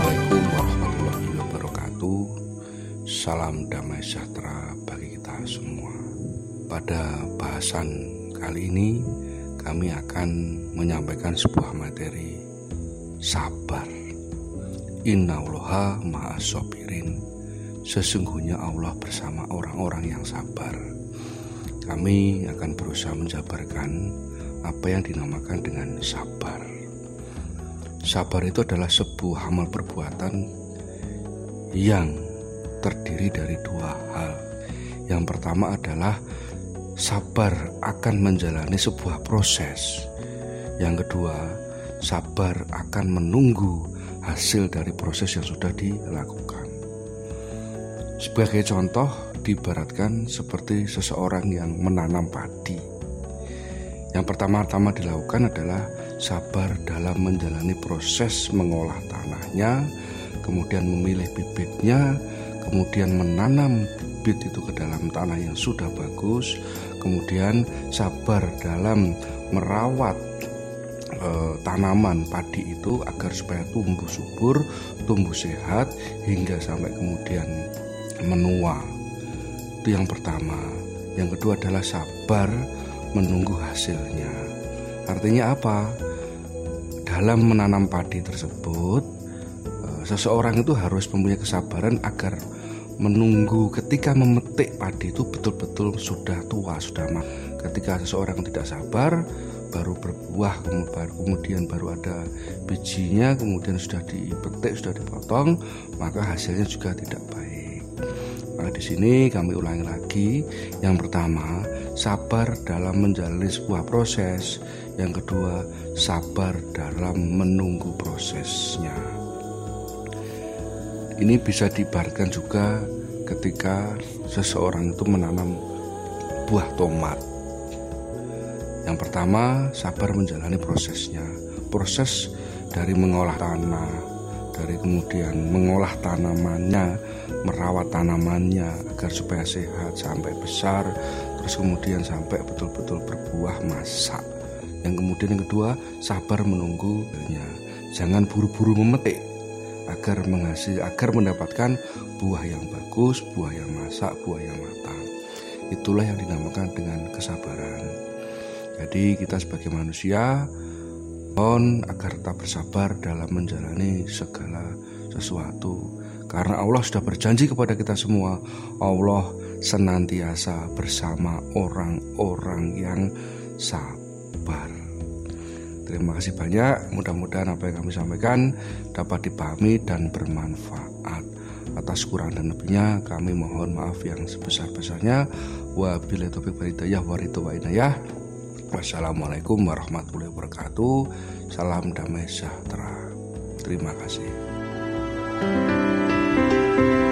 Assalamualaikum warahmatullahi wabarakatuh. Salam damai sejahtera bagi kita semua. Pada bahasan kali ini kami akan menyampaikan sebuah materi sabar. Innallaha ma'as sabirin. Sesungguhnya Allah bersama orang-orang yang sabar. Kami akan berusaha menjabarkan apa yang dinamakan dengan sabar. Sabar itu adalah sebuah amal perbuatan yang terdiri dari dua hal. Yang pertama adalah sabar akan menjalani sebuah proses. Yang kedua, sabar akan menunggu hasil dari proses yang sudah dilakukan. Sebagai contoh, diibaratkan seperti seseorang yang menanam padi. Yang pertama-tama dilakukan adalah sabar dalam menjalani proses mengolah tanahnya, kemudian memilih bibitnya, kemudian menanam bibit itu ke dalam tanah yang sudah bagus, kemudian sabar dalam merawat tanaman padi itu agar supaya tumbuh subur, tumbuh sehat hingga sampai kemudian menua. Itu yang pertama. Yang kedua adalah sabar menunggu hasilnya. Artinya apa? Dalam menanam padi tersebut, seseorang itu harus mempunyai kesabaran agar menunggu ketika memetik padi itu betul-betul sudah tua, sudah matang. Ketika seseorang tidak sabar, baru berbuah, kemudian baru ada bijinya, kemudian sudah dipetik, sudah dipotong, maka hasilnya juga tidak baik. Maka di sini kami ulangi lagi. Yang pertama, sabar dalam menjalani sebuah proses. Yang kedua, sabar dalam menunggu prosesnya. Ini bisa diibaratkan juga ketika seseorang itu menanam buah tomat. Yang pertama, sabar menjalani prosesnya. Proses dari mengolah tanah, dari kemudian mengolah tanamannya, merawat tanamannya agar supaya sehat sampai besar, terus kemudian sampai betul-betul berbuah masak. Yang kemudian yang kedua, sabar menunggunya. Jangan buru-buru memetik agar mendapatkan buah yang bagus, buah yang masak, buah yang matang. Itulah yang dinamakan dengan kesabaran. Jadi kita sebagai manusia mohon agar tetap bersabar dalam menjalani segala sesuatu. Karena Allah sudah berjanji kepada kita semua, Allah senantiasa bersama orang-orang yang sabar. Terima kasih banyak. Mudah-mudahan apa yang kami sampaikan dapat dipahami dan bermanfaat. Atas kurang dan lebihnya kami mohon maaf yang sebesar-besarnya. Wabillahi taufiq wal hidayah wa ridho wa inayah. Wassalamualaikum warahmatullahi wabarakatuh. Salam damai sejahtera. Terima kasih.